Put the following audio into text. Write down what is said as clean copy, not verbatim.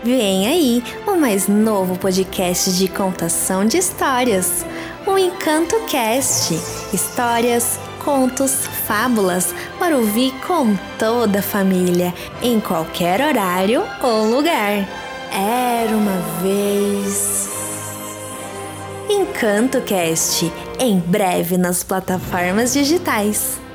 Vem aí o mais novo podcast de contação de histórias, o Encanto Cast. Histórias, contos, fábulas para ouvir com toda a família, em qualquer horário ou lugar. Era uma vez... Encanto Cast, em breve nas plataformas digitais.